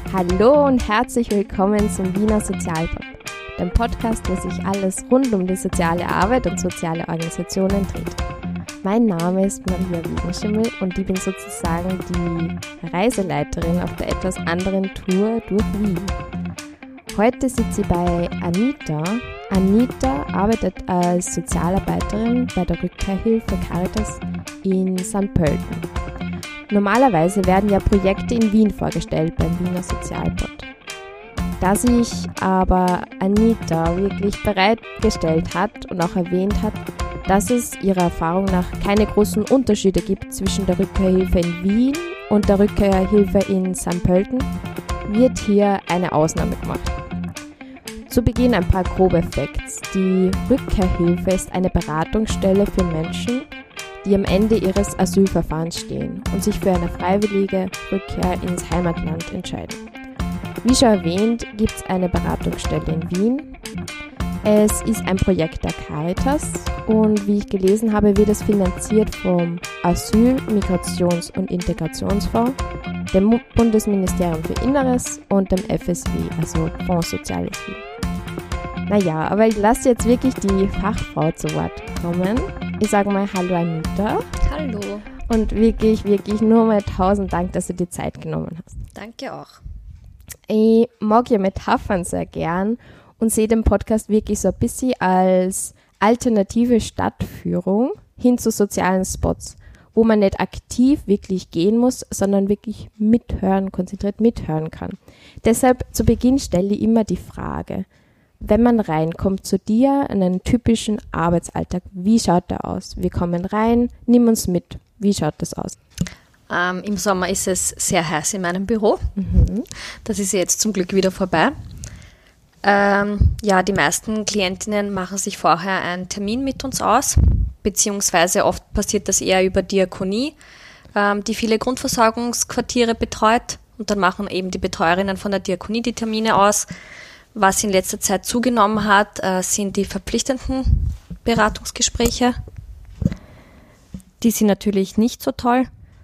Hallo und herzlich willkommen zum Wiener Sozialpod, dem Podcast, wo sich alles rund um die soziale Arbeit und soziale Organisationen dreht. Mein Name ist Maria Wegenschimmel und ich bin sozusagen die Reiseleiterin auf der etwas anderen Tour durch Wien. Heute sitze ich bei Anita. Anita arbeitet als Sozialarbeiterin bei der Rückkehrhilfe Caritas in St. Pölten. Normalerweise werden ja Projekte in Wien vorgestellt beim Wiener Sozialpod. Da sich aber Anita wirklich bereitgestellt hat und auch erwähnt hat, dass es ihrer Erfahrung nach keine großen Unterschiede gibt zwischen der Rückkehrhilfe in Wien und der Rückkehrhilfe in St. Pölten, wird hier eine Ausnahme gemacht. Zu Beginn ein paar grobe Facts. Die Rückkehrhilfe ist eine Beratungsstelle für Menschen, die am Ende ihres Asylverfahrens stehen und sich für eine freiwillige Rückkehr ins Heimatland entscheiden. Wie schon erwähnt, gibt es eine Beratungsstelle in Wien. Es ist ein Projekt der Caritas und wie ich gelesen habe, wird es finanziert vom Asyl-, Migrations- und Integrationsfonds, dem Bundesministerium für Inneres und dem FSW, also Fonds Soziales Wien. Naja, aber ich lasse jetzt wirklich die Fachfrau zu Wort kommen. Ich sage mal Hallo Anita. Hallo. Und wirklich nur mal 1000 Dank, dass du dir Zeit genommen hast. Danke auch. Ich mag ja Metaphern sehr gern und sehe den Podcast wirklich so ein bisschen als alternative Stadtführung hin zu sozialen Spots, wo man nicht aktiv wirklich gehen muss, sondern wirklich mithören, konzentriert mithören kann. Deshalb zu Beginn stelle ich immer die Frage, wenn man reinkommt zu dir in einen typischen Arbeitsalltag, wie schaut der aus? Wir kommen rein, nimm uns mit. Wie schaut das aus? Im Sommer ist es sehr heiß in meinem Büro. Das ist jetzt zum Glück wieder vorbei. Die meisten Klientinnen machen sich vorher einen Termin mit uns aus, beziehungsweise oft passiert das eher über Diakonie, die viele Grundversorgungsquartiere betreut, und dann machen eben die Betreuerinnen von der Diakonie die Termine aus. Was in letzter Zeit zugenommen hat, sind die verpflichtenden Beratungsgespräche. Die sind natürlich nicht so toll.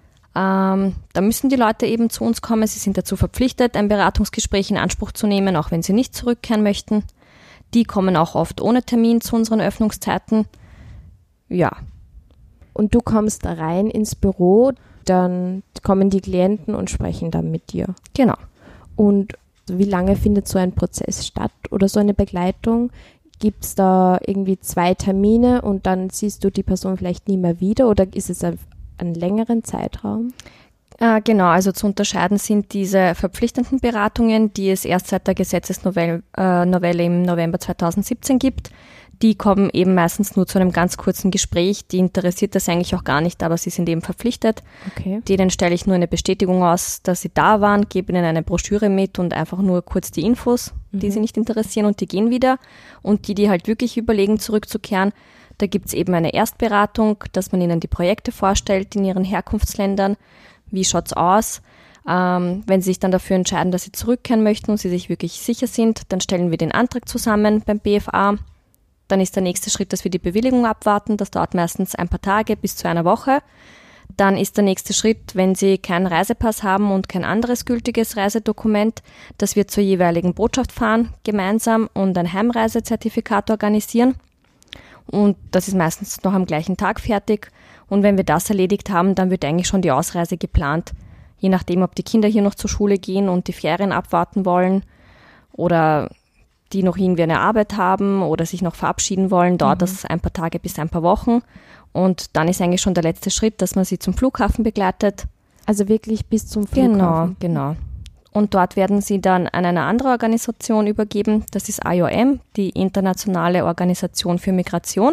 Da müssen die Leute eben zu uns kommen. Sie sind dazu verpflichtet, ein Beratungsgespräch in Anspruch zu nehmen, auch wenn sie nicht zurückkehren möchten. Die kommen auch oft ohne Termin zu unseren Öffnungszeiten. Ja. Und du kommst da rein ins Büro, dann kommen die Klienten und sprechen dann mit dir. Genau. Und wie lange findet so ein Prozess statt oder so eine Begleitung? Gibt es da irgendwie 2 Termine und dann siehst du die Person vielleicht nie mehr wieder oder ist es einen längeren Zeitraum? Genau, also zu unterscheiden sind diese verpflichtenden Beratungen, die es erst seit der Gesetzesnovelle im November 2017 gibt. Die kommen eben meistens nur zu einem ganz kurzen Gespräch. Die interessiert das eigentlich auch gar nicht, aber sie sind eben verpflichtet. Okay. Denen stelle ich nur eine Bestätigung aus, dass sie da waren, gebe ihnen eine Broschüre mit und einfach nur kurz die Infos, die sie nicht interessieren, und die gehen wieder. Und die halt wirklich überlegen, zurückzukehren, da gibt es eben eine Erstberatung, dass man ihnen die Projekte vorstellt in ihren Herkunftsländern. Wie schaut's aus? Wenn sie sich dann dafür entscheiden, dass sie zurückkehren möchten und sie sich wirklich sicher sind, dann stellen wir den Antrag zusammen beim BFA. Dann ist der nächste Schritt, dass wir die Bewilligung abwarten. Das dauert meistens ein paar Tage bis zu einer Woche. Dann ist der nächste Schritt, wenn Sie keinen Reisepass haben und kein anderes gültiges Reisedokument, dass wir zur jeweiligen Botschaft fahren gemeinsam und ein Heimreisezertifikat organisieren. Und das ist meistens noch am gleichen Tag fertig. Und wenn wir das erledigt haben, dann wird eigentlich schon die Ausreise geplant. Je nachdem, ob die Kinder hier noch zur Schule gehen und die Ferien abwarten wollen oder die noch irgendwie eine Arbeit haben oder sich noch verabschieden wollen, dauert das ein paar Tage bis ein paar Wochen. Und dann ist eigentlich schon der letzte Schritt, dass man sie zum Flughafen begleitet. Also wirklich bis zum Flughafen? Genau. Und dort werden sie dann an eine andere Organisation übergeben. Das ist IOM, die Internationale Organisation für Migration.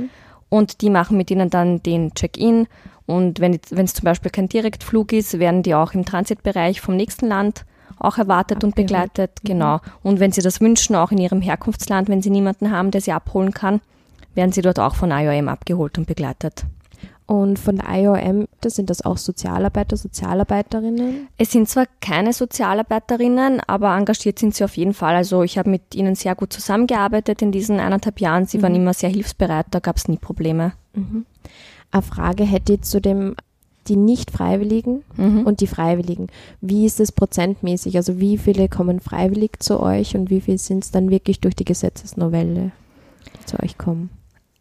Und die machen mit ihnen dann den Check-in. Und wenn es zum Beispiel kein Direktflug ist, werden die auch im Transitbereich vom nächsten Land auch erwartet und begleitet. Genau. Und wenn sie das wünschen, auch in ihrem Herkunftsland, wenn sie niemanden haben, der sie abholen kann, werden sie dort auch von IOM abgeholt und begleitet. Und von der IOM, sind das auch Sozialarbeiter, Sozialarbeiterinnen? Es sind zwar keine Sozialarbeiterinnen, aber engagiert sind sie auf jeden Fall. Also ich habe mit ihnen sehr gut zusammengearbeitet in diesen 1,5 Jahren. Sie waren immer sehr hilfsbereit, da gab es nie Probleme. Eine Frage hätte ich zu dem die Nicht-Freiwilligen und die Freiwilligen. Wie ist das prozentmäßig? Also wie viele kommen freiwillig zu euch und wie viele sind es dann wirklich durch die Gesetzesnovelle, die zu euch kommen?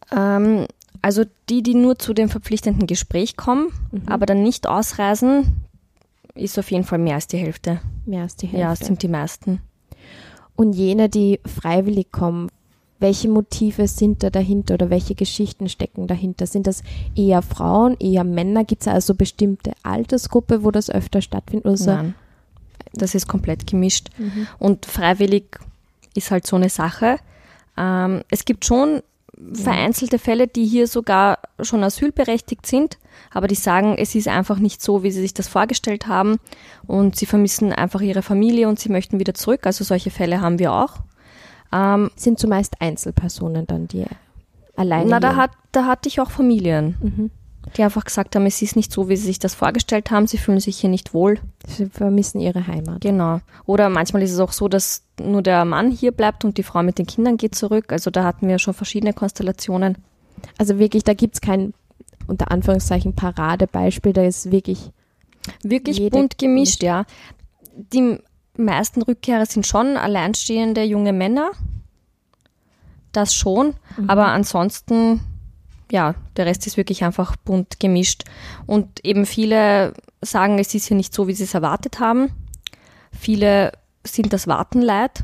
Also die nur zu dem verpflichtenden Gespräch kommen, aber dann nicht ausreisen, ist auf jeden Fall mehr als die Hälfte. Mehr als die Hälfte? Ja, es sind die meisten. Und jene, die freiwillig kommen, welche Motive sind da dahinter oder welche Geschichten stecken dahinter? Sind das eher Frauen, eher Männer? Gibt es also bestimmte Altersgruppe, wo das öfter stattfindet? Oder Nein, das ist komplett gemischt. Und freiwillig ist halt so eine Sache. Es gibt schon vereinzelte Fälle, die hier sogar schon asylberechtigt sind, aber die sagen, es ist einfach nicht so, wie sie sich das vorgestellt haben und sie vermissen einfach ihre Familie und sie möchten wieder zurück. Also solche Fälle haben wir auch. Sind zumeist Einzelpersonen dann, die alleine Na, da hatte ich auch Familien, die einfach gesagt haben, es ist nicht so, wie sie sich das vorgestellt haben, sie fühlen sich hier nicht wohl. Sie vermissen ihre Heimat. Genau. Oder manchmal ist es auch so, dass nur der Mann hier bleibt und die Frau mit den Kindern geht zurück. Also da hatten wir schon verschiedene Konstellationen. Also wirklich, da gibt es kein, unter Anführungszeichen, Paradebeispiel, da ist wirklich bunt gemischt, ja. Die meisten Rückkehrer sind schon alleinstehende junge Männer. Das schon. Aber ansonsten, ja, der Rest ist wirklich einfach bunt gemischt. Und eben viele sagen, es ist hier nicht so, wie sie es erwartet haben. Viele sind das Warten leid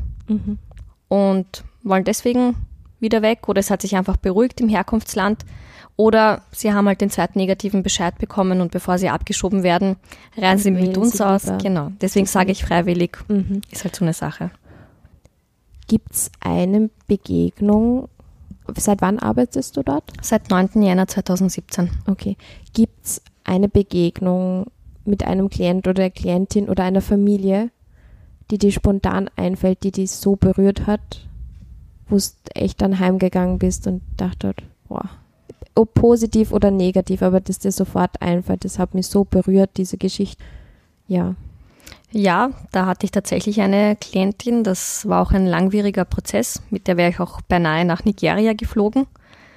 und wollen deswegen wieder weg. Oder es hat sich einfach beruhigt im Herkunftsland. Oder sie haben halt den zweiten negativen Bescheid bekommen und bevor sie abgeschoben werden, reisen sie mit uns aus. Genau, deswegen sage ich freiwillig, ist halt so eine Sache. Gibt es eine Begegnung, seit wann arbeitest du dort? Seit 9. Jänner 2017. Okay. Gibt es eine Begegnung mit einem Klient oder Klientin oder einer Familie, die dir spontan einfällt, die dich so berührt hat, wo du echt dann heimgegangen bist und dachtest, boah, ob positiv oder negativ, aber dass dir sofort einfällt, das hat mich so berührt, diese Geschichte. Ja. Ja, da hatte ich tatsächlich eine Klientin, das war auch ein langwieriger Prozess, mit der wäre ich auch beinahe nach Nigeria geflogen.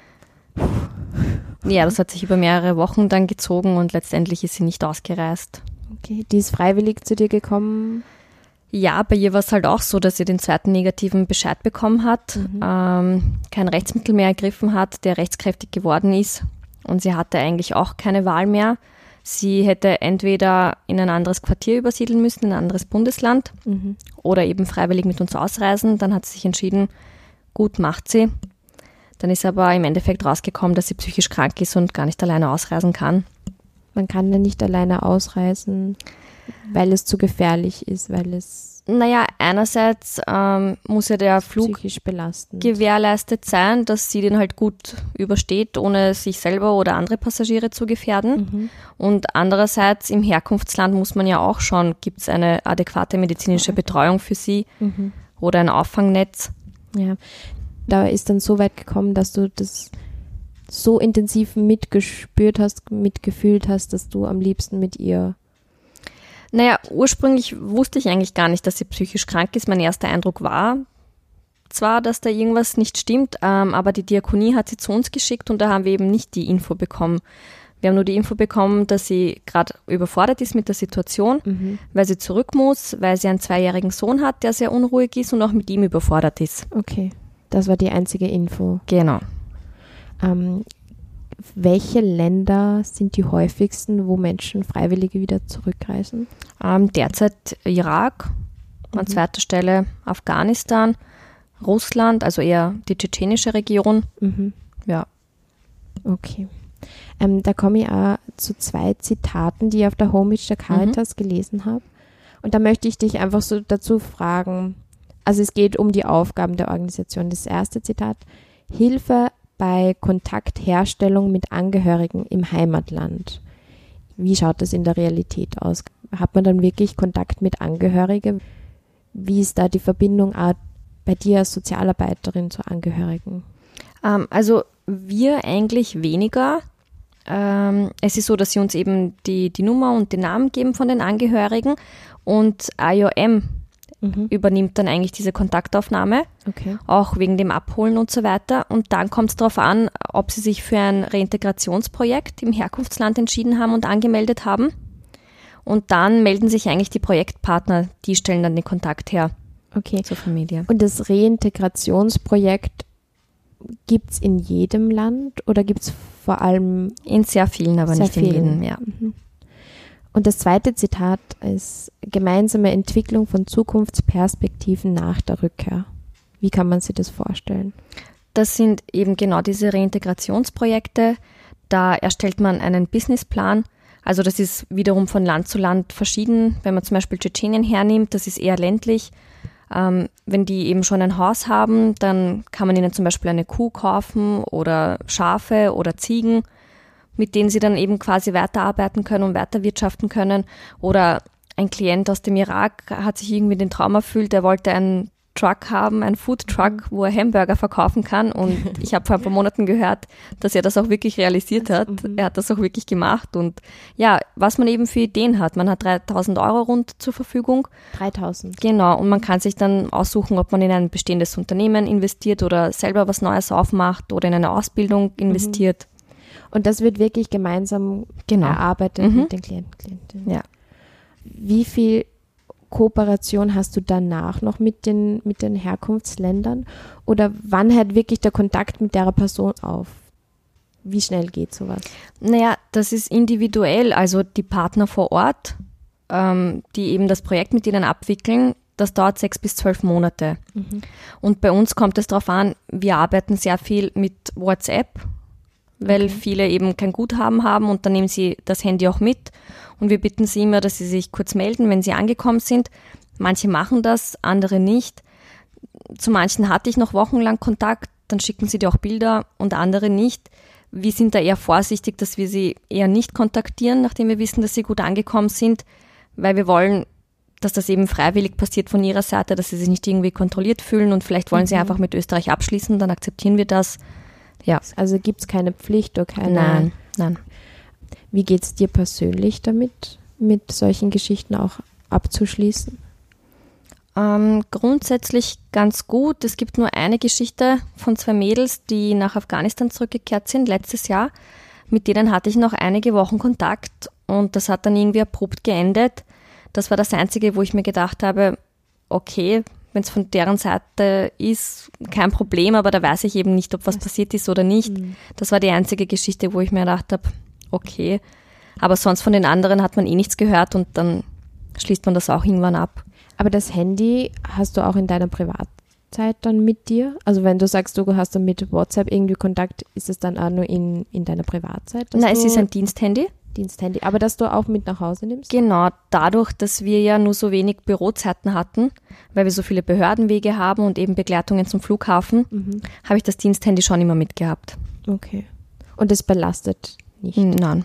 Ja, das hat sich über mehrere Wochen dann gezogen und letztendlich ist sie nicht ausgereist. Okay, die ist freiwillig zu dir gekommen? Ja, bei ihr war es halt auch so, dass sie den zweiten negativen Bescheid bekommen hat, kein Rechtsmittel mehr ergriffen hat, der rechtskräftig geworden ist und sie hatte eigentlich auch keine Wahl mehr. Sie hätte entweder in ein anderes Quartier übersiedeln müssen, in ein anderes Bundesland oder eben freiwillig mit uns ausreisen. Dann hat sie sich entschieden, gut, macht sie. Dann ist aber im Endeffekt rausgekommen, dass sie psychisch krank ist und gar nicht alleine ausreisen kann. Man kann ja nicht alleine ausreisen, weil es zu gefährlich ist, weil es... Naja, einerseits muss ja der Flug psychisch belastend gewährleistet sein, dass sie den halt gut übersteht, ohne sich selber oder andere Passagiere zu gefährden. Und andererseits im Herkunftsland muss man ja auch schauen, gibt es eine adäquate medizinische Betreuung für sie oder ein Auffangnetz. Ja, da ist dann so weit gekommen, dass du das so intensiv mitgespürt hast, mitgefühlt hast, dass du am liebsten mit ihr... Naja, ursprünglich wusste ich eigentlich gar nicht, dass sie psychisch krank ist. Mein erster Eindruck war zwar, dass da irgendwas nicht stimmt, aber die Diakonie hat sie zu uns geschickt und da haben wir eben nicht die Info bekommen. Wir haben nur die Info bekommen, dass sie gerade überfordert ist mit der Situation, weil sie zurück muss, weil sie einen 2-jährigen Sohn hat, der sehr unruhig ist und auch mit ihm überfordert ist. Okay, das war die einzige Info. Genau. Welche Länder sind die häufigsten, wo Menschen Freiwillige wieder zurückreisen? Derzeit Irak, an zweiter Stelle Afghanistan, Russland, also eher die tschetschenische Region. Ja. Okay. Da komme ich auch zu 2 Zitaten, die ich auf der Homepage der Caritas gelesen habe. Und da möchte ich dich einfach so dazu fragen, also es geht um die Aufgaben der Organisation. Das erste Zitat, Hilfe bei Kontaktherstellung mit Angehörigen im Heimatland. Wie schaut das in der Realität aus? Hat man dann wirklich Kontakt mit Angehörigen? Wie ist da die Verbindung auch bei dir als Sozialarbeiterin zu Angehörigen? Also wir eigentlich weniger. Es ist so, dass sie uns eben die Nummer und den Namen geben von den Angehörigen und IOM übernimmt dann eigentlich diese Kontaktaufnahme, auch wegen dem Abholen und so weiter. Und dann kommt es darauf an, ob sie sich für ein Reintegrationsprojekt im Herkunftsland entschieden haben und angemeldet haben. Und dann melden sich eigentlich die Projektpartner, die stellen dann den Kontakt her zur Familie. Und das Reintegrationsprojekt gibt es in jedem Land oder gibt es vor allem? In sehr vielen, aber nicht in jedem, ja. Und das zweite Zitat ist gemeinsame Entwicklung von Zukunftsperspektiven nach der Rückkehr. Wie kann man sich das vorstellen? Das sind eben genau diese Reintegrationsprojekte. Da erstellt man einen Businessplan. Also das ist wiederum von Land zu Land verschieden. Wenn man zum Beispiel Tschetschenien hernimmt, das ist eher ländlich. Wenn die eben schon ein Haus haben, dann kann man ihnen zum Beispiel eine Kuh kaufen oder Schafe oder Ziegen, mit denen sie dann eben quasi weiterarbeiten können und weiterwirtschaften können. Oder ein Klient aus dem Irak hat sich irgendwie den Traum erfüllt, er wollte einen Truck haben, einen Food Truck, wo er Hamburger verkaufen kann. Und ich habe vor ein paar Monaten gehört, dass er das auch wirklich realisiert hat. Er hat das auch wirklich gemacht. Und ja, was man eben für Ideen hat. Man hat 3.000 Euro rund zur Verfügung. 3.000? Genau. Und man kann sich dann aussuchen, ob man in ein bestehendes Unternehmen investiert oder selber was Neues aufmacht oder in eine Ausbildung investiert. Und das wird wirklich gemeinsam erarbeitet mit den Klienten. Ja. Wie viel Kooperation hast du danach noch mit den Herkunftsländern? Oder wann hört wirklich der Kontakt mit der Person auf? Wie schnell geht sowas? Naja, das ist individuell. Also die Partner vor Ort, die eben das Projekt mit ihnen abwickeln, das dauert 6 bis 12 Monate. Und bei uns kommt es darauf an, wir arbeiten sehr viel mit WhatsApp, weil viele eben kein Guthaben haben und dann nehmen sie das Handy auch mit. Und wir bitten sie immer, dass sie sich kurz melden, wenn sie angekommen sind. Manche machen das, andere nicht. Zu manchen hatte ich noch wochenlang Kontakt, dann schicken sie dir auch Bilder und andere nicht. Wir sind da eher vorsichtig, dass wir sie eher nicht kontaktieren, nachdem wir wissen, dass sie gut angekommen sind, weil wir wollen, dass das eben freiwillig passiert von ihrer Seite, dass sie sich nicht irgendwie kontrolliert fühlen und vielleicht wollen sie einfach mit Österreich abschließen, dann akzeptieren wir das. Ja. Also gibt es keine Pflicht oder keine... Nein. Wie geht es dir persönlich damit, mit solchen Geschichten auch abzuschließen? Grundsätzlich ganz gut. Es gibt nur eine Geschichte von 2 Mädels, die nach Afghanistan zurückgekehrt sind, letztes Jahr. Mit denen hatte ich noch einige Wochen Kontakt und das hat dann irgendwie abrupt geendet. Das war das Einzige, wo ich mir gedacht habe, okay, wenn es von deren Seite ist, kein Problem, aber da weiß ich eben nicht, ob was passiert ist oder nicht. Das war die einzige Geschichte, wo ich mir gedacht habe, okay, aber sonst von den anderen hat man eh nichts gehört und dann schließt man das auch irgendwann ab. Aber das Handy hast du auch in deiner Privatzeit dann mit dir? Also wenn du sagst, du hast dann mit WhatsApp irgendwie Kontakt, ist es dann auch nur in deiner Privatzeit? Nein, es ist ein Diensthandy. Aber dass du auch mit nach Hause nimmst? Genau, dadurch, dass wir ja nur so wenig Bürozeiten hatten, weil wir so viele Behördenwege haben und eben Begleitungen zum Flughafen, habe ich das Diensthandy schon immer mitgehabt. Okay. Und das belastet nicht? Nein.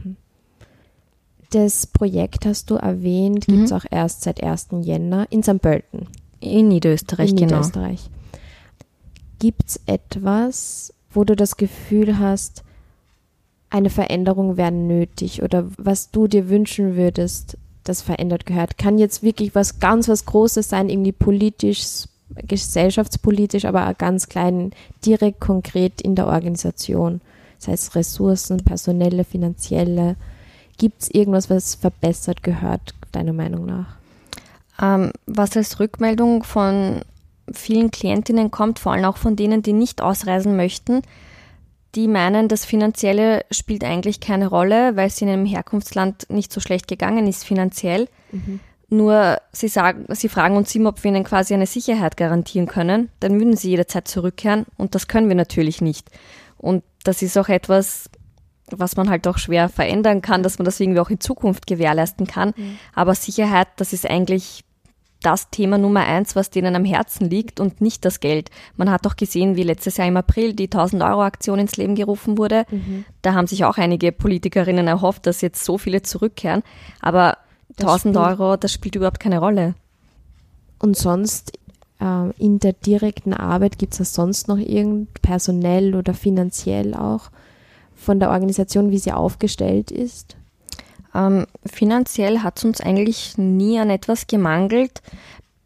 Das Projekt hast du erwähnt, gibt es auch erst seit 1. Jänner in St. Pölten. In Niederösterreich, genau. Gibt es etwas, wo du das Gefühl hast, eine Veränderung wäre nötig oder was du dir wünschen würdest, das verändert gehört? Kann jetzt wirklich was Großes sein, irgendwie politisch, gesellschaftspolitisch, aber auch ganz klein, direkt konkret in der Organisation. Das heißt Ressourcen, personelle, finanzielle. Gibt es irgendwas, was verbessert gehört, deiner Meinung nach? Was als Rückmeldung von vielen Klientinnen kommt, vor allem auch von denen, die nicht ausreisen möchten, die meinen, das Finanzielle spielt eigentlich keine Rolle, weil es in einem Herkunftsland nicht so schlecht gegangen ist finanziell. Nur sie fragen uns immer, ob wir ihnen quasi eine Sicherheit garantieren können. Dann würden sie jederzeit zurückkehren und das können wir natürlich nicht. Und das ist auch etwas, was man halt auch schwer verändern kann, dass man das irgendwie auch in Zukunft gewährleisten kann. Aber Sicherheit, das ist eigentlich das Thema Nummer 1, was denen am Herzen liegt und nicht das Geld. Man hat auch gesehen, wie letztes Jahr im April die 1.000-Euro-Aktion ins Leben gerufen wurde. Da haben sich auch einige Politikerinnen erhofft, dass jetzt so viele zurückkehren. Aber 1.000 Euro, das spielt überhaupt keine Rolle. Und sonst in der direkten Arbeit gibt es da sonst noch irgend personell oder finanziell auch von der Organisation, wie sie aufgestellt ist? Finanziell hat es uns eigentlich nie an etwas gemangelt.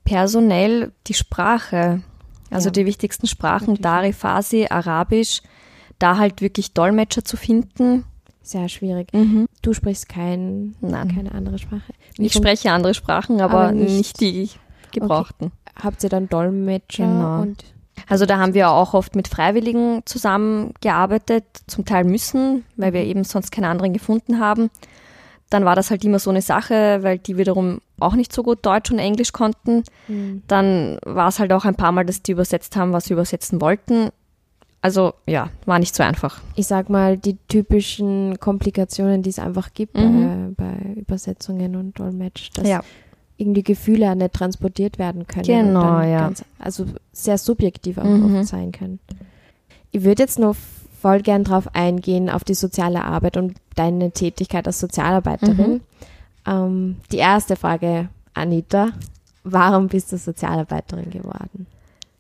Personell die Sprache, also die wichtigsten Sprachen, Dari, Farsi, Arabisch, da halt wirklich Dolmetscher zu finden. Sehr schwierig. Du sprichst keine andere Sprache? Ich spreche andere Sprachen, aber nicht die gebrauchten. Okay. Habt ihr dann Dolmetscher? Genau. Also da haben wir auch oft mit Freiwilligen zusammengearbeitet, zum Teil müssen, weil wir eben sonst keine anderen gefunden haben. Dann war das halt immer so eine Sache, weil die wiederum auch nicht so gut Deutsch und Englisch konnten. Dann war es halt auch ein paar Mal, dass die übersetzt haben, was sie übersetzen wollten. Also ja, war nicht so einfach. Ich sag mal, die typischen Komplikationen, die es einfach gibt bei Übersetzungen und Dolmetsch, dass irgendwie Gefühle nicht transportiert werden können. Genau, ja. Also sehr subjektiv auch oft sein können. Ich würde jetzt noch voll gern drauf eingehen, auf die soziale Arbeit und deine Tätigkeit als Sozialarbeiterin. Die erste Frage, Anita, warum bist du Sozialarbeiterin geworden?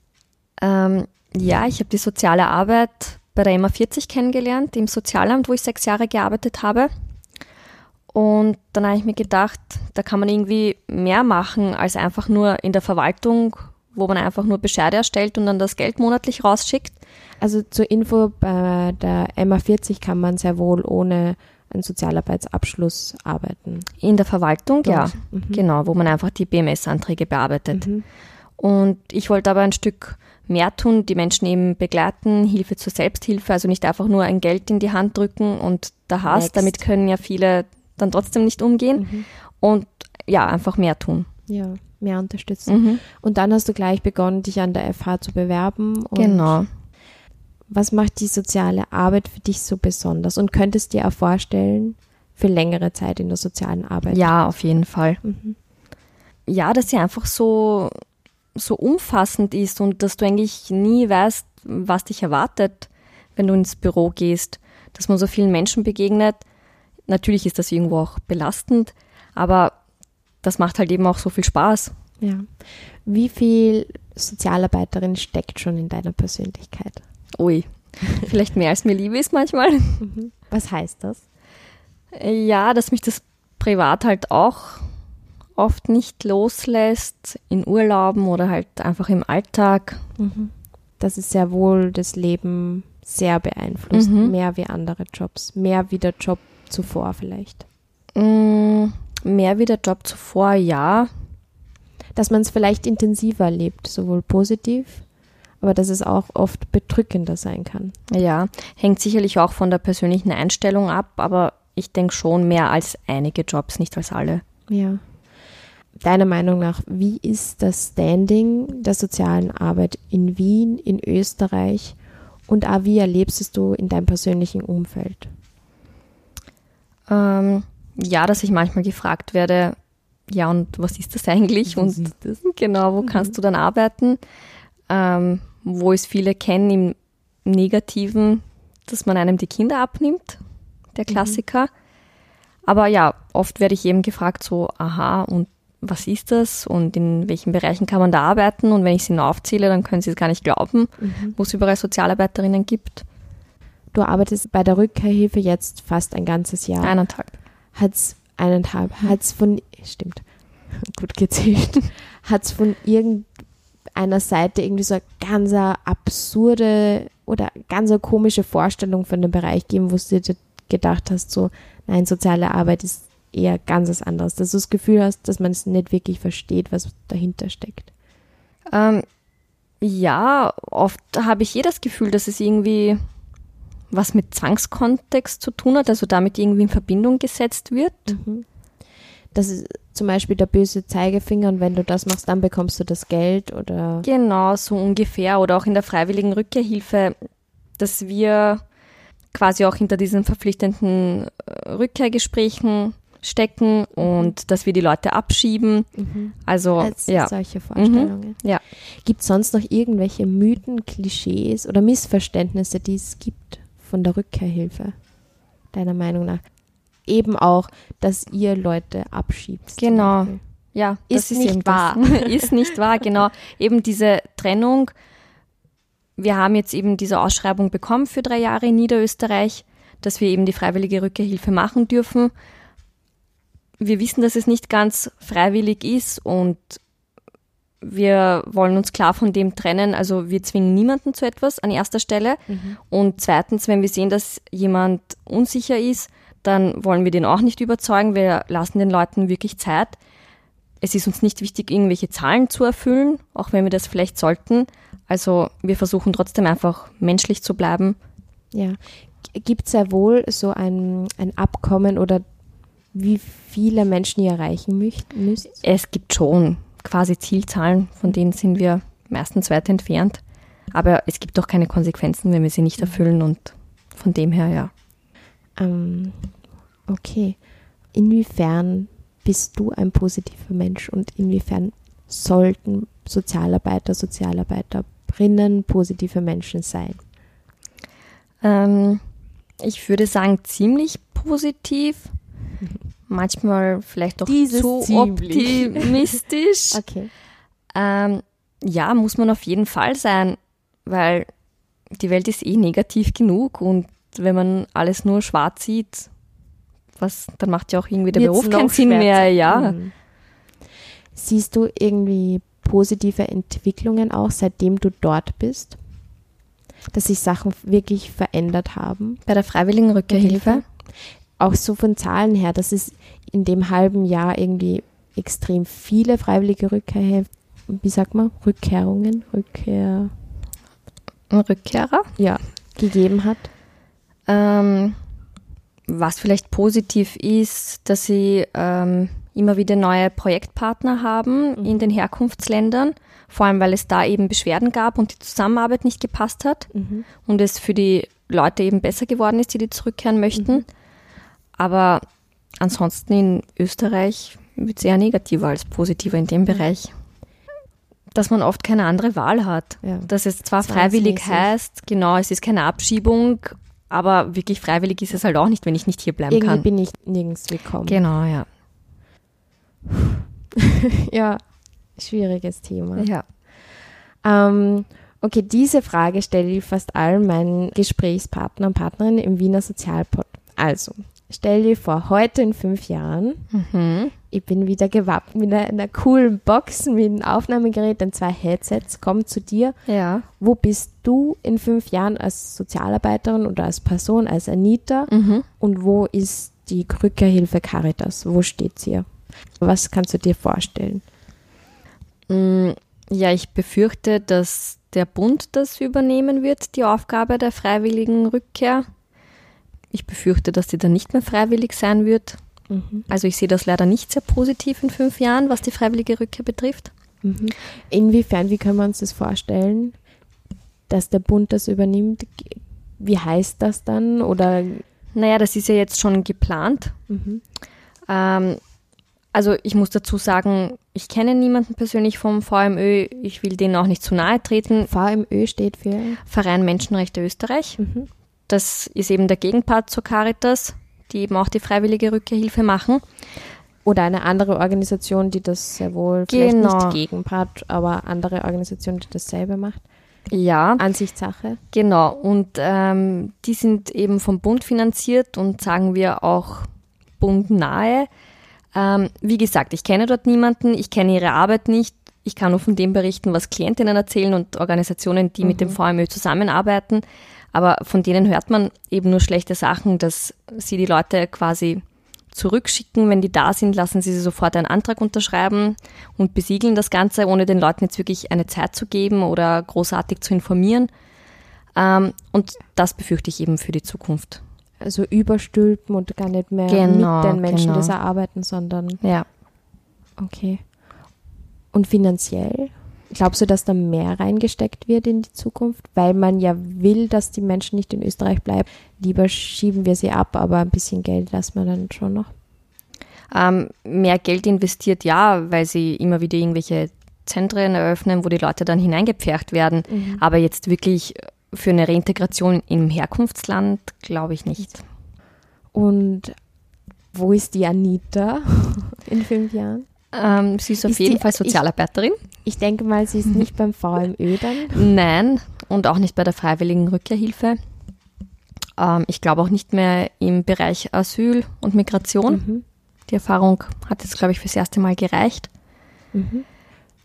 Ja, ich habe die soziale Arbeit bei der MA40 kennengelernt, im Sozialamt, wo ich 6 Jahre gearbeitet habe. Und dann habe ich mir gedacht, da kann man irgendwie mehr machen als einfach nur in der Verwaltung, wo man einfach nur Bescheide erstellt und dann das Geld monatlich rausschickt. Also zur Info, bei der MA40 kann man sehr wohl ohne einen Sozialarbeitsabschluss arbeiten. In der Verwaltung, ja. Genau, wo man einfach die BMS-Anträge bearbeitet. Und ich wollte aber ein Stück mehr tun, die Menschen eben begleiten, Hilfe zur Selbsthilfe, also nicht einfach nur ein Geld in die Hand drücken und da hast, damit können ja viele dann trotzdem nicht umgehen und ja, einfach mehr tun. Ja, mehr unterstützen. Und dann hast du gleich begonnen, dich an der FH zu bewerben. Und genau. Was macht die soziale Arbeit für dich so besonders und könntest dir auch vorstellen, für längere Zeit in der sozialen Arbeit? Ja, auf jeden Fall. Ja, dass sie einfach so umfassend ist und dass du eigentlich nie weißt, was dich erwartet, wenn du ins Büro gehst, dass man so vielen Menschen begegnet. Natürlich ist das irgendwo auch belastend, aber das macht halt eben auch so viel Spaß. Ja. Wie viel Sozialarbeiterin steckt schon in deiner Persönlichkeit? Ui, vielleicht mehr als mir lieb ist manchmal. Was heißt das? Ja, dass mich das privat halt auch oft nicht loslässt, in Urlauben oder halt einfach im Alltag. Das ist sehr wohl das Leben sehr beeinflusst, mehr wie andere Jobs, mehr wie der Job zuvor vielleicht. Mehr wie der Job zuvor, ja. Dass man es vielleicht intensiver erlebt, sowohl positiv, aber dass es auch oft bedrückender sein kann. Ja, hängt sicherlich auch von der persönlichen Einstellung ab, aber ich denke schon mehr als einige Jobs, nicht als alle. Ja. Deiner Meinung nach, wie ist das Standing der sozialen Arbeit in Wien, in Österreich und auch wie erlebst es du in deinem persönlichen Umfeld? Ja, dass ich manchmal gefragt werde, ja, und was ist das eigentlich? Und genau, wo kannst du dann arbeiten? Wo es viele kennen im Negativen, dass man einem die Kinder abnimmt, der Klassiker. Aber ja, oft werde ich eben gefragt so, aha, und was ist das und in welchen Bereichen kann man da arbeiten? Und wenn ich sie aufzähle, dann können sie es gar nicht glauben, wo es überall Sozialarbeiterinnen gibt. Du arbeitest bei der Rückkehrhilfe jetzt fast ein ganzes Jahr. 1,5. Hat's von, stimmt, gut gezählt, hat's von irgendeiner Seite irgendwie so eine ganz absurde oder ganz komische Vorstellung von dem Bereich gegeben, wo du dir gedacht hast, so, nein, soziale Arbeit ist eher ganz was anderes, dass du das Gefühl hast, dass man es nicht wirklich versteht, was dahinter steckt? Ja, oft habe ich das Gefühl, dass es irgendwie was mit Zwangskontext zu tun hat, also damit irgendwie in Verbindung gesetzt wird. Das ist zum Beispiel der böse Zeigefinger und wenn du das machst, dann bekommst du das Geld oder? Genau, so ungefähr. Oder auch in der freiwilligen Rückkehrhilfe, dass wir quasi auch hinter diesen verpflichtenden Rückkehrgesprächen stecken und dass wir die Leute abschieben. Also solche Vorstellungen. Ja. Gibt es sonst noch irgendwelche Mythen, Klischees oder Missverständnisse, die es gibt von der Rückkehrhilfe, deiner Meinung nach? Eben auch, dass ihr Leute abschiebt. Genau. Ja, ist nicht wahr. Ist nicht wahr, genau. Eben diese Trennung. Wir haben jetzt eben diese Ausschreibung bekommen für 3 Jahre in Niederösterreich, dass wir eben die freiwillige Rückkehrhilfe machen dürfen. Wir wissen, dass es nicht ganz freiwillig ist und wir wollen uns klar von dem trennen, also wir zwingen niemanden zu etwas an erster Stelle. Und zweitens, wenn wir sehen, dass jemand unsicher ist, dann wollen wir den auch nicht überzeugen. Wir lassen den Leuten wirklich Zeit. Es ist uns nicht wichtig, irgendwelche Zahlen zu erfüllen, auch wenn wir das vielleicht sollten. Also wir versuchen trotzdem einfach menschlich zu bleiben. Ja. Gibt es ja wohl so ein Abkommen oder wie viele Menschen ihr erreichen müsst? Es gibt schon quasi Zielzahlen, von denen sind wir meistens weit entfernt. Aber es gibt doch keine Konsequenzen, wenn wir sie nicht erfüllen und von dem her, ja. Okay. Inwiefern bist du ein positiver Mensch und inwiefern sollten Sozialarbeiter, Sozialarbeiterinnen positive Menschen sein? Ich würde sagen, ziemlich positiv. Manchmal vielleicht doch zu optimistisch. Okay. Ja, muss man auf jeden Fall sein, weil die Welt ist negativ genug und wenn man alles nur schwarz sieht, dann macht ja auch irgendwie der Beruf keinen Sinn mehr. Ja. Siehst du irgendwie positive Entwicklungen auch, seitdem du dort bist? Dass sich Sachen wirklich verändert haben? Bei der freiwilligen Rückkehrhilfe? Auch so von Zahlen her, dass es in dem halben Jahr irgendwie extrem viele freiwillige Rückkehrer? Ja, gegeben hat. Was vielleicht positiv ist, dass sie immer wieder neue Projektpartner haben in den Herkunftsländern, vor allem weil es da eben Beschwerden gab und die Zusammenarbeit nicht gepasst hat und es für die Leute eben besser geworden ist, die zurückkehren möchten. Aber ansonsten in Österreich wird es eher negativer als positiver in dem Bereich. Dass man oft keine andere Wahl hat. Ja. Dass es zwar freiwillig heißt, genau, es ist keine Abschiebung, aber wirklich freiwillig ist es halt auch nicht, wenn ich nicht hier bleiben kann. Irgendwie bin ich nirgends willkommen. Genau, ja. Ja, schwieriges Thema. Ja. Okay, diese Frage stelle ich fast allen meinen Gesprächspartner und Partnerinnen im Wiener Sozialpod. Also, stell dir vor, heute in 5 Jahren, ich bin wieder gewappnet mit einer coolen Box, mit einem Aufnahmegerät und 2 Headsets, komm zu dir. Ja. Wo bist du in 5 Jahren als Sozialarbeiterin oder als Person, als Anita? Und wo ist die Rückkehrhilfe Caritas? Wo steht sie? Was kannst du dir vorstellen? Ja, ich befürchte, dass der Bund das übernehmen wird, die Aufgabe der freiwilligen Rückkehr. Ich befürchte, dass die dann nicht mehr freiwillig sein wird. Also ich sehe das leider nicht sehr positiv in 5 Jahren, was die freiwillige Rückkehr betrifft. Inwiefern, wie können wir uns das vorstellen, dass der Bund das übernimmt? Wie heißt das dann? Oder? Naja, das ist ja jetzt schon geplant. Also ich muss dazu sagen, ich kenne niemanden persönlich vom VMÖ. Ich will denen auch nicht zu nahe treten. VMÖ steht für? Verein Menschenrechte Österreich. Das ist eben der Gegenpart zur Caritas, die eben auch die freiwillige Rückkehrhilfe machen. Oder eine andere Organisation, die das sehr wohl, vielleicht nicht Gegenpart, aber andere Organisation, die dasselbe macht. Ja. Ansichtssache. Genau. Und die sind eben vom Bund finanziert und sagen wir auch bundnahe. Wie gesagt, ich kenne dort niemanden, ich kenne ihre Arbeit nicht. Ich kann nur von dem berichten, was Klientinnen erzählen und Organisationen, die mit dem VMÖ zusammenarbeiten. Aber von denen hört man eben nur schlechte Sachen, dass sie die Leute quasi zurückschicken. Wenn die da sind, lassen sie sofort einen Antrag unterschreiben und besiegeln das Ganze, ohne den Leuten jetzt wirklich eine Zeit zu geben oder großartig zu informieren. Und das befürchte ich eben für die Zukunft. Also überstülpen und gar nicht mehr mit den Menschen das erarbeiten, sondern... Ja. Okay. Und finanziell? Glaubst du, dass da mehr reingesteckt wird in die Zukunft? Weil man ja will, dass die Menschen nicht in Österreich bleiben. Lieber schieben wir sie ab, aber ein bisschen Geld lassen wir dann schon noch. Mehr Geld investiert, ja, weil sie immer wieder irgendwelche Zentren eröffnen, wo die Leute dann hineingepfercht werden. Aber jetzt wirklich für eine Reintegration im Herkunftsland glaube ich nicht. Und wo ist die Anita in 5 Jahren? Sie ist auf jeden Fall Sozialarbeiterin. Ich denke mal, sie ist nicht beim VMÖ dann? Nein, und auch nicht bei der freiwilligen Rückkehrhilfe. Ich glaube auch nicht mehr im Bereich Asyl und Migration. Die Erfahrung hat jetzt, glaube ich, fürs erste Mal gereicht.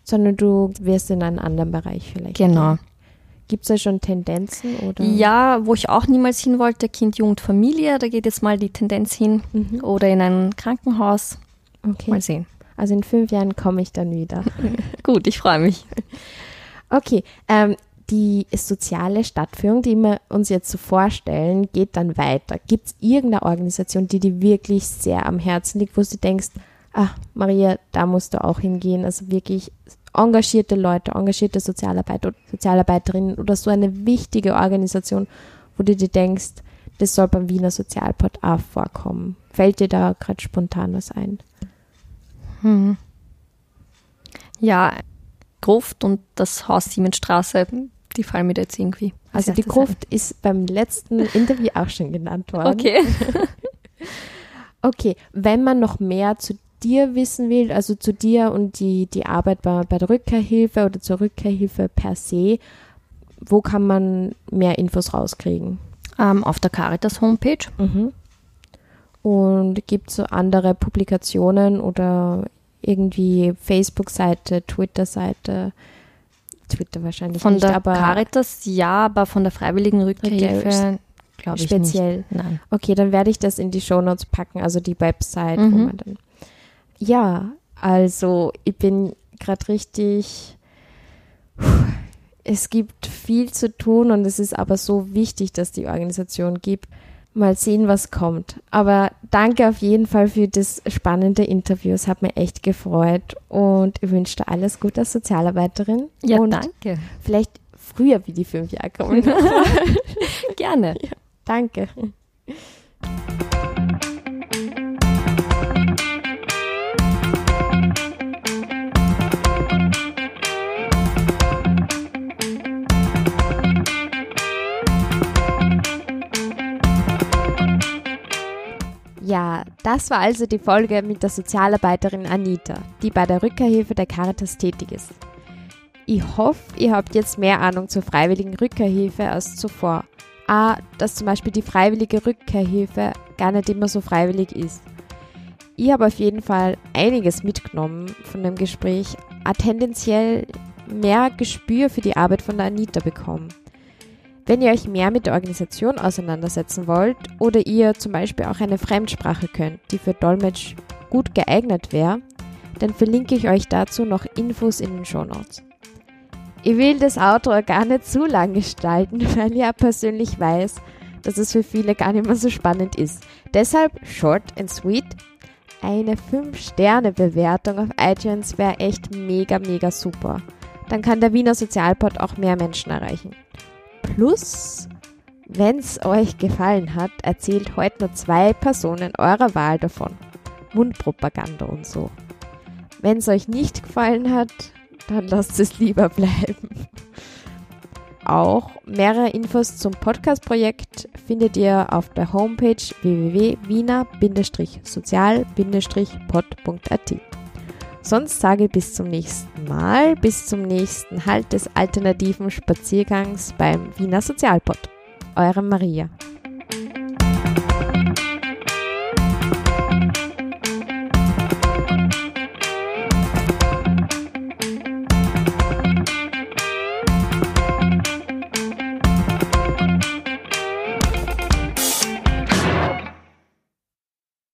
Sondern du wirst in einen anderen Bereich vielleicht. Genau. Gibt es da schon Tendenzen? Oder? Ja, wo ich auch niemals hin wollte, Kind, Jugend, Familie, da geht jetzt mal die Tendenz hin. Oder in ein Krankenhaus. Okay. Mal sehen. Also in 5 Jahren komme ich dann wieder. Gut, ich freue mich. Okay, die soziale Stadtführung, die wir uns jetzt so vorstellen, geht dann weiter. Gibt es irgendeine Organisation, die dir wirklich sehr am Herzen liegt, wo du denkst, Maria, da musst du auch hingehen, also wirklich engagierte Leute, engagierte Sozialarbeiter oder Sozialarbeiterinnen oder so eine wichtige Organisation, wo du dir denkst, das soll beim Wiener Sozialpod auch vorkommen. Fällt dir da gerade spontan was ein? Ja, Gruft und das Haus Siemensstraße, die fallen mir da jetzt irgendwie. Also die Gruft ist beim letzten Interview auch schon genannt worden. Okay. Okay, wenn man noch mehr zu dir wissen will, also zu dir und die Arbeit bei der Rückkehrhilfe oder zur Rückkehrhilfe per se, wo kann man mehr Infos rauskriegen? Auf der Caritas Homepage. Und gibt es so andere Publikationen oder irgendwie Facebook-Seite, Twitter-Seite? Twitter wahrscheinlich von nicht, der aber Caritas ja, aber von der Freiwilligen Rückkehrhilfe glaube ich speziell nicht. Nein. Okay, dann werde ich das in die Shownotes packen, also die Website, wo man dann. Ja, also ich bin gerade richtig. Es gibt viel zu tun und es ist aber so wichtig, dass die Organisation gibt. Mal sehen, was kommt. Aber danke auf jeden Fall für das spannende Interview. Es hat mich echt gefreut und ich wünsche dir alles Gute als Sozialarbeiterin. Ja, und danke. Vielleicht früher wie die 5 Jahre kommen. Gerne. Ja, danke. Ja, das war also die Folge mit der Sozialarbeiterin Anita, die bei der Rückkehrhilfe der Caritas tätig ist. Ich hoffe, ihr habt jetzt mehr Ahnung zur freiwilligen Rückkehrhilfe als zuvor. Dass zum Beispiel die freiwillige Rückkehrhilfe gar nicht immer so freiwillig ist. Ich habe auf jeden Fall einiges mitgenommen von dem Gespräch, tendenziell mehr Gespür für die Arbeit von der Anita bekommen. Wenn ihr euch mehr mit der Organisation auseinandersetzen wollt oder ihr zum Beispiel auch eine Fremdsprache könnt, die für Dolmetsch gut geeignet wäre, dann verlinke ich euch dazu noch Infos in den Shownotes. Ich will das Outro gar nicht zu lang gestalten, weil ich ja persönlich weiß, dass es für viele gar nicht mehr so spannend ist. Deshalb short and sweet. Eine 5-Sterne-Bewertung auf iTunes wäre echt mega, mega super. Dann kann der Wiener Sozialpod auch mehr Menschen erreichen. Plus, wenn es euch gefallen hat, erzählt heute nur 2 Personen eurer Wahl davon. Mundpropaganda und so. Wenn es euch nicht gefallen hat, dann lasst es lieber bleiben. Auch mehrere Infos zum Podcast-Projekt findet ihr auf der Homepage www.wiener-sozial-pod.at. Sonst sage ich bis zum nächsten Mal, bis zum nächsten Halt des alternativen Spaziergangs beim Wiener Sozialpod. Eure Maria.